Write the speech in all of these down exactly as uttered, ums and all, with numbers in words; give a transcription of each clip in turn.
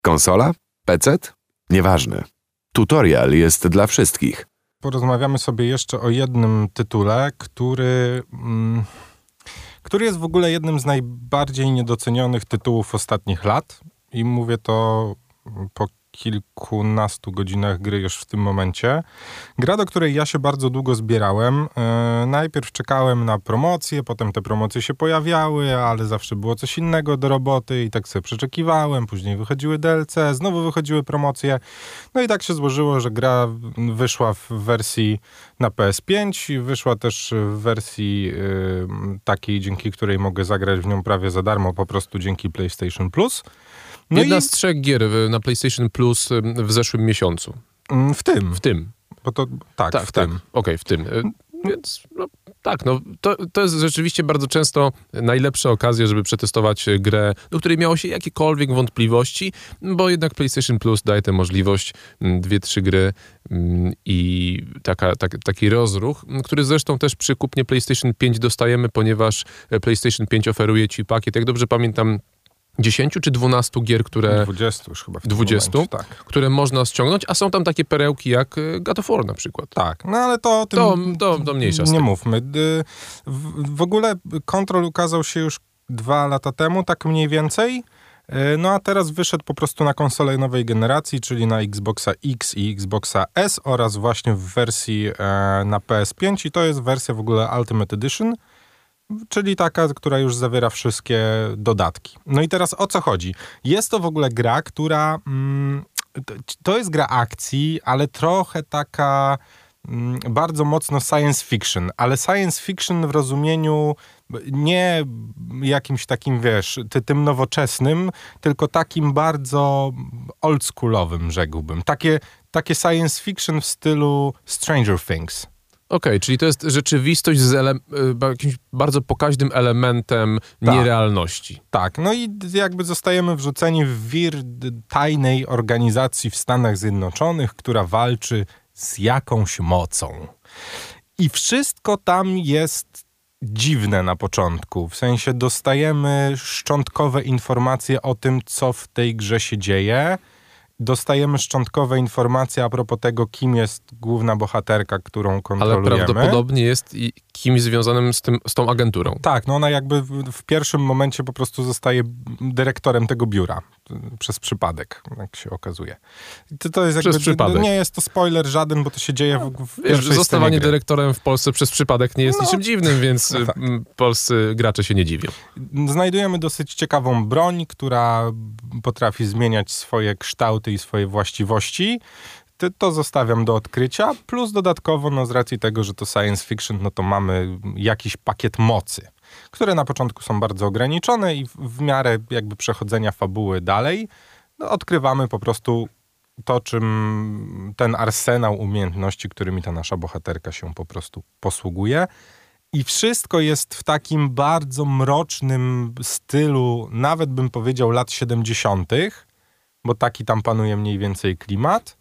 Konsola? P C? Nieważne. Tutorial jest dla wszystkich. Porozmawiamy sobie jeszcze o jednym tytule, który, mm, który jest w ogóle jednym z najbardziej niedocenionych tytułów ostatnich lat. I mówię to po kilkunastu godzinach gry już w tym momencie. Gra, do której ja się bardzo długo zbierałem. Yy, najpierw czekałem na promocje, potem te promocje się pojawiały, ale zawsze było coś innego do roboty i tak sobie przeczekiwałem. Później wychodziły D L C, znowu wychodziły promocje. No i tak się złożyło, że gra wyszła w wersji na P S pięć i wyszła też w wersji yy, takiej, dzięki której mogę zagrać w nią prawie za darmo, po prostu dzięki PlayStation Plus. No Jedna i... z trzech gier na PlayStation Plus w zeszłym miesiącu. W tym. W tym. Bo to tak, tak w tak. tym. Okej, okay, w tym. Więc no, tak, no to, to jest rzeczywiście bardzo często najlepsza okazja, żeby przetestować grę, do której miało się jakiekolwiek wątpliwości, bo jednak PlayStation Plus daje tę możliwość, dwie, trzy gry i taka, tak, taki rozruch, który zresztą też przy kupnie PlayStation pięć dostajemy, ponieważ PlayStation pięć oferuje ci pakiet, jak dobrze pamiętam, dziesięciu czy dwunastu gier, które... dwudziestu już chyba w tym dwudziestu, momencie, tak. Które można ściągnąć, a są tam takie perełki jak God of War na przykład. Tak, no ale to... Tym to, to, to mniejsza z Nie tym. mówmy. W, w ogóle Control ukazał się już dwa lata temu, tak mniej więcej. No a teraz wyszedł po prostu na konsolę nowej generacji, czyli na Xboxa X i Xboxa S oraz właśnie w wersji e, na P S pięć i to jest wersja w ogóle Ultimate Edition, czyli taka, która już zawiera wszystkie dodatki. No i teraz o co chodzi? Jest to w ogóle gra, która... Mm, to jest gra akcji, ale trochę taka mm, bardzo mocno science fiction, ale science fiction w rozumieniu nie jakimś takim, wiesz, ty, tym nowoczesnym, tylko takim bardzo oldschoolowym, rzekłbym. Takie, takie science fiction w stylu Stranger Things. Okej, okay, czyli to jest rzeczywistość z ele- jakimś bardzo pokaźnym elementem tak. nierealności. Tak, no i jakby zostajemy wrzuceni w wir tajnej organizacji w Stanach Zjednoczonych, która walczy z jakąś mocą. I wszystko tam jest dziwne na początku. W sensie dostajemy szczątkowe informacje o tym, co w tej grze się dzieje. Dostajemy szczątkowe informacje a propos tego, kim jest główna bohaterka, którą kontrolujemy. Ale prawdopodobnie jest i kimś związanym z, tym, z tą agenturą. Tak, no ona jakby w, w pierwszym momencie po prostu zostaje dyrektorem tego biura. Przez przypadek, jak się okazuje. To, to jest przez jakby, przypadek. Nie jest to spoiler żaden, bo to się dzieje w, w Wiesz, pierwszej zostawanie gry. dyrektorem w Polsce przez przypadek nie jest no, niczym dziwnym, więc no tak. polscy gracze się nie dziwią. Znajdujemy dosyć ciekawą broń, która potrafi zmieniać swoje kształty i swoje właściwości. To zostawiam do odkrycia, plus dodatkowo, no z racji tego, że to science fiction, no to mamy jakiś pakiet mocy, które na początku są bardzo ograniczone i w, w miarę jakby przechodzenia fabuły dalej, no odkrywamy po prostu to, czym ten arsenał umiejętności, którymi ta nasza bohaterka się po prostu posługuje. I wszystko jest w takim bardzo mrocznym stylu, nawet bym powiedział lat siedemdziesiątych, bo taki tam panuje mniej więcej klimat.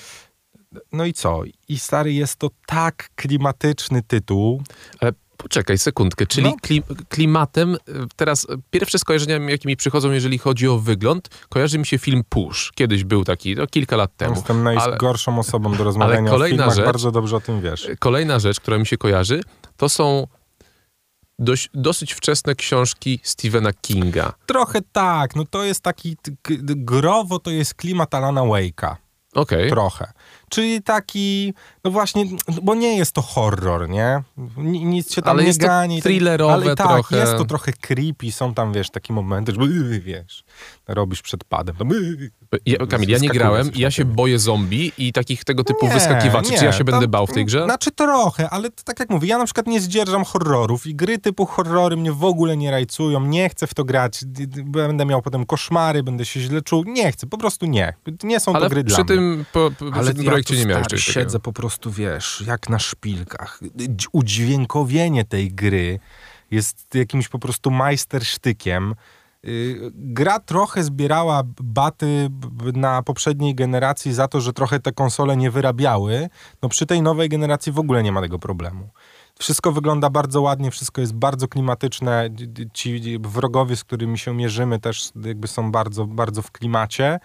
No i co? I stary, jest to tak klimatyczny tytuł. Ale poczekaj sekundkę, czyli no. klim, klimatem, teraz pierwsze skojarzenia, jakie mi przychodzą, jeżeli chodzi o wygląd, kojarzy mi się film Push. Kiedyś był taki, no, kilka lat temu. Jestem najgorszą ale, osobą do rozmawiania ale o filmach, rzecz, bardzo dobrze o tym wiesz. Kolejna rzecz, która mi się kojarzy, to są dość, dosyć wczesne książki Stephena Kinga. Trochę tak, no to jest taki, growo to jest klimat Alana Wake'a. Okay. Trochę. Czyli taki, no właśnie, bo nie jest to horror, nie? Nic się tam ale nie jest gani. To thrillerowe ale tak, trochę. jest to trochę creepy, są tam, wiesz, takie momenty, że wiesz, robisz przed padem. To, ja, Kamil, ja nie grałem i ja się boję zombie i takich tego typu nie, wyskakiwaczy. nie, Czy ja się tam, będę bał w tej grze? Znaczy trochę, ale tak jak mówię, ja na przykład nie zdzierżam horrorów i gry typu horrory mnie w ogóle nie rajcują, nie chcę w to grać, będę miał potem koszmary, będę się źle czuł, nie chcę, po prostu nie. Nie są ale to gry przy dla tym, mnie. po, po, ale przy tym projekcie ja nie miałeś stary, czegoś siedzę takiego. po prostu, wiesz, jak na szpilkach. Udźwiękowienie tej gry jest jakimś po prostu majstersztykiem. Gra trochę zbierała baty na poprzedniej generacji za to, że trochę te konsole nie wyrabiały. No przy tej nowej generacji w ogóle nie ma tego problemu. Wszystko wygląda bardzo ładnie, wszystko jest bardzo klimatyczne. Ci wrogowie, z którymi się mierzymy, też jakby są bardzo, bardzo w klimacie.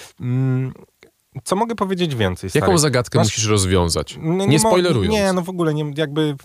Co mogę powiedzieć więcej? Stary? Jaką zagadkę Masz... musisz rozwiązać? No, nie, nie spoilerując. Nie, no w ogóle nie, jakby...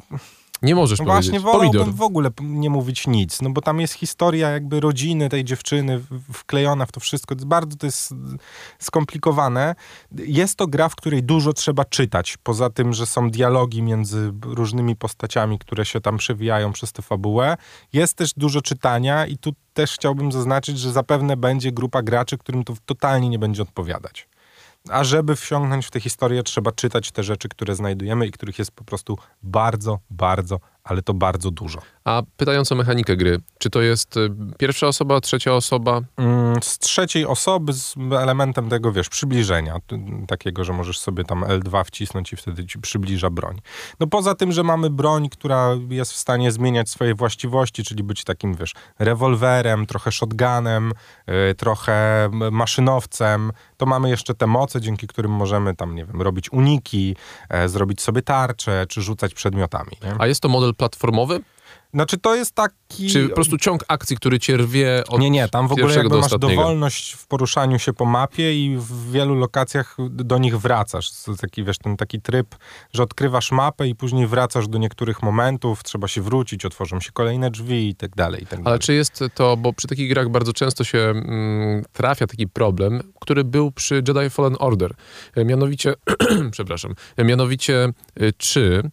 Nie możesz no powiedzieć. Właśnie wolałbym Pomidor. w ogóle nie mówić nic, no bo tam jest historia jakby rodziny tej dziewczyny wklejona w to wszystko. Bardzo to jest skomplikowane. Jest to gra, w której dużo trzeba czytać. Poza tym, że są dialogi między różnymi postaciami, które się tam przewijają przez tę fabułę. Jest też dużo czytania i tu też chciałbym zaznaczyć, że zapewne będzie grupa graczy, którym to totalnie nie będzie odpowiadać. A żeby wsiąknąć w tę historię, trzeba czytać te rzeczy, które znajdujemy i których jest po prostu bardzo, bardzo, ale to bardzo dużo. A pytając o mechanikę gry, czy to jest pierwsza osoba, trzecia osoba? Z trzeciej osoby z elementem tego, wiesz, przybliżenia. Takiego, że możesz sobie tam L dwa wcisnąć i wtedy ci przybliża broń. No poza tym, że mamy broń, która jest w stanie zmieniać swoje właściwości, czyli być takim, wiesz, rewolwerem, trochę shotgunem, yy, trochę maszynowcem, to mamy jeszcze te moce, dzięki którym możemy tam, nie wiem, robić uniki, e, zrobić sobie tarcze, czy rzucać przedmiotami. Nie? A jest to model platformowy? Znaczy to jest taki... Czy po prostu ciąg akcji, który cię rwie od Nie, nie, tam w ogóle pierwszego jakby do masz ostatniego? dowolność w poruszaniu się po mapie i w wielu lokacjach do nich wracasz. To taki, wiesz, ten taki tryb, że odkrywasz mapę i później wracasz do niektórych momentów, trzeba się wrócić, otworzą się kolejne drzwi i tak dalej. I tak Ale dalej. czy jest to, bo przy takich grach bardzo często się mm, trafia taki problem, który był przy Jedi Fallen Order. E, mianowicie, przepraszam, e, mianowicie e, czy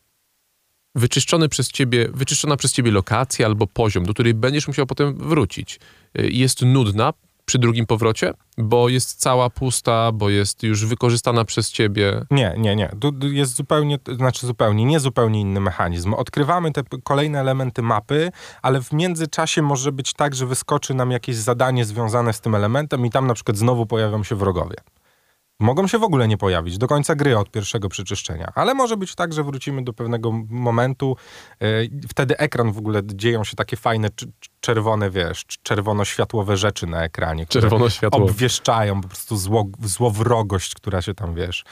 wyczyszczony przez ciebie, wyczyszczona przez ciebie lokacja albo poziom, do której będziesz musiał potem wrócić, e, jest nudna przy drugim powrocie, bo jest cała pusta, bo jest już wykorzystana przez ciebie. Nie, nie, nie. Tu jest zupełnie, znaczy zupełnie, nie zupełnie inny mechanizm. Odkrywamy te kolejne elementy mapy, ale w międzyczasie może być tak, że wyskoczy nam jakieś zadanie związane z tym elementem i tam na przykład znowu pojawią się wrogowie. Mogą się w ogóle nie pojawić do końca gry od pierwszego przeczyszczenia, ale może być tak, że wrócimy do pewnego momentu, yy, wtedy ekran w ogóle, dzieją się takie fajne czerwone, wiesz, czerwono-światłowe rzeczy na ekranie, które Czerwono-światłowe. obwieszczają po prostu zło, złowrogość, która się tam, wiesz,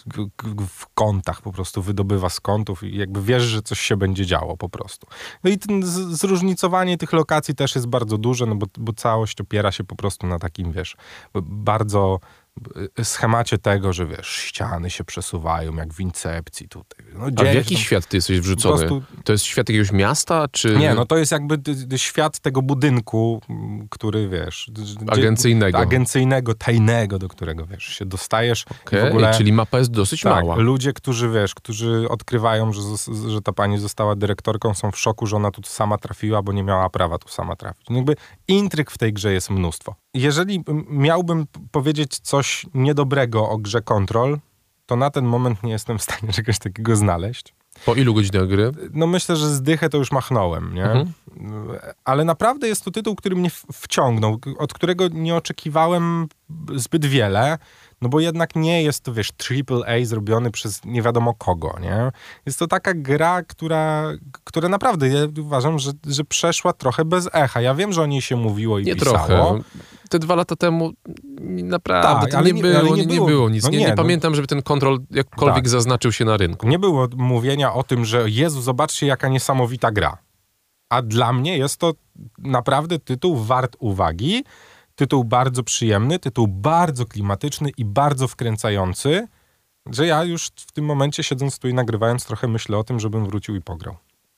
w kątach po prostu wydobywa z kątów i jakby wiesz, że coś się będzie działo po prostu. No i ten z, zróżnicowanie tych lokacji też jest bardzo duże, no bo, bo całość opiera się po prostu na takim, wiesz, bardzo schemacie tego, że wiesz, ściany się przesuwają, jak w Incepcji tutaj. No, A w jaki świat ty jesteś wrzucony? prostu... To jest świat jakiegoś miasta, czy... Nie, no to jest jakby d- d- świat tego budynku, który, wiesz... D- agencyjnego. Agencyjnego, tajnego, do którego, wiesz, się dostajesz. Okay, w ogóle, czyli mapa jest dosyć tak, mała. Ludzie, którzy, wiesz, którzy odkrywają, że, że ta pani została dyrektorką, są w szoku, że ona tu sama trafiła, bo nie miała prawa tu sama trafić. No jakby intryg w tej grze jest mnóstwo. Jeżeli miałbym powiedzieć coś niedobrego o grze Control, to na ten moment nie jestem w stanie czegoś takiego znaleźć. Po ilu godzinach gry? No myślę, że zdychę to już machnąłem, nie? Mhm. Ale naprawdę jest to tytuł, który mnie wciągnął, od którego nie oczekiwałem zbyt wiele, no bo jednak nie jest to, wiesz, triple A zrobiony przez nie wiadomo kogo, nie? Jest to taka gra, która, która naprawdę, ja uważam, że, że przeszła trochę bez echa. Ja wiem, że o niej się mówiło i nie pisało. Trochę. Te dwa lata temu naprawdę tak, ale nie, było, ale nie, nie, było. nie było nic. No nie, nie, nie no. pamiętam, żeby ten Control jakkolwiek tak. zaznaczył się na rynku. Nie było mówienia o tym, że Jezu, zobaczcie, jaka niesamowita gra. A dla mnie jest to naprawdę tytuł wart uwagi, tytuł bardzo przyjemny, tytuł bardzo klimatyczny i bardzo wkręcający, że ja już w tym momencie, siedząc tu i nagrywając, trochę myślę o tym, żebym wrócił i pograł.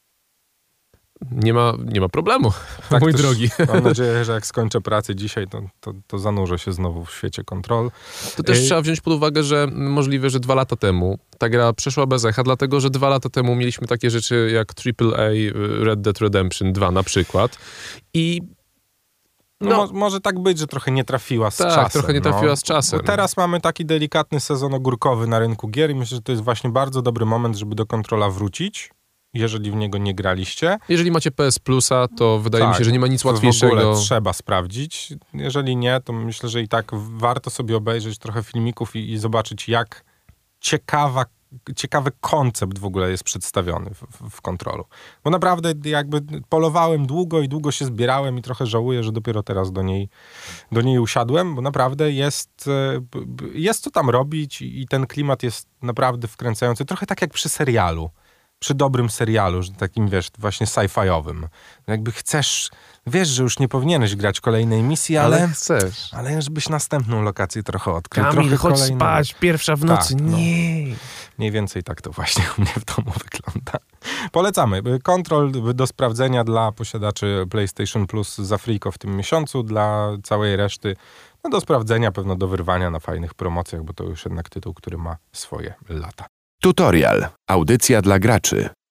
Nie ma, nie ma problemu, tak, mój też, drogi. Mam nadzieję, że jak skończę pracę dzisiaj, to, to, to zanurzę się znowu w świecie Control. To też y- trzeba wziąć pod uwagę, że możliwe, że dwa lata temu ta gra przeszła bez echa, dlatego, że dwa lata temu mieliśmy takie rzeczy jak triple A Red Dead Redemption dwa na przykład i No, no mo- może tak być, że trochę nie trafiła z tak, czasem. trochę nie trafiła no. z czasem. Bo teraz mamy taki delikatny sezon ogórkowy na rynku gier i myślę, że to jest właśnie bardzo dobry moment, żeby do Controla wrócić, jeżeli w niego nie graliście. Jeżeli macie P S Plusa, to wydaje tak, mi się, że nie ma nic to łatwiejszego. W ogóle trzeba sprawdzić. Jeżeli nie, to myślę, że i tak warto sobie obejrzeć trochę filmików i, i zobaczyć, jak ciekawa ciekawy koncept w ogóle jest przedstawiony w, w, w Controlu. Bo naprawdę jakby polowałem długo i długo się zbierałem i trochę żałuję, że dopiero teraz do niej, do niej usiadłem, bo naprawdę jest, jest co tam robić i ten klimat jest naprawdę wkręcający. Trochę tak jak przy serialu. przy dobrym serialu, że takim, wiesz, właśnie sci-fiowym. Jakby chcesz, wiesz, że już nie powinieneś grać kolejnej misji, ale... Ale chcesz. Ale żebyś następną lokację trochę odkrył. Kamil, trochę chodź kolejną. spać, pierwsza w nocy. Tak, no. Nie. Mniej więcej tak to właśnie u mnie w domu wygląda. Polecamy. Control do sprawdzenia dla posiadaczy PlayStation Plus za friko w tym miesiącu, dla całej reszty no do sprawdzenia, pewno do wyrwania na fajnych promocjach, bo to już jednak tytuł, który ma swoje lata. Tutorial. Audycja dla graczy.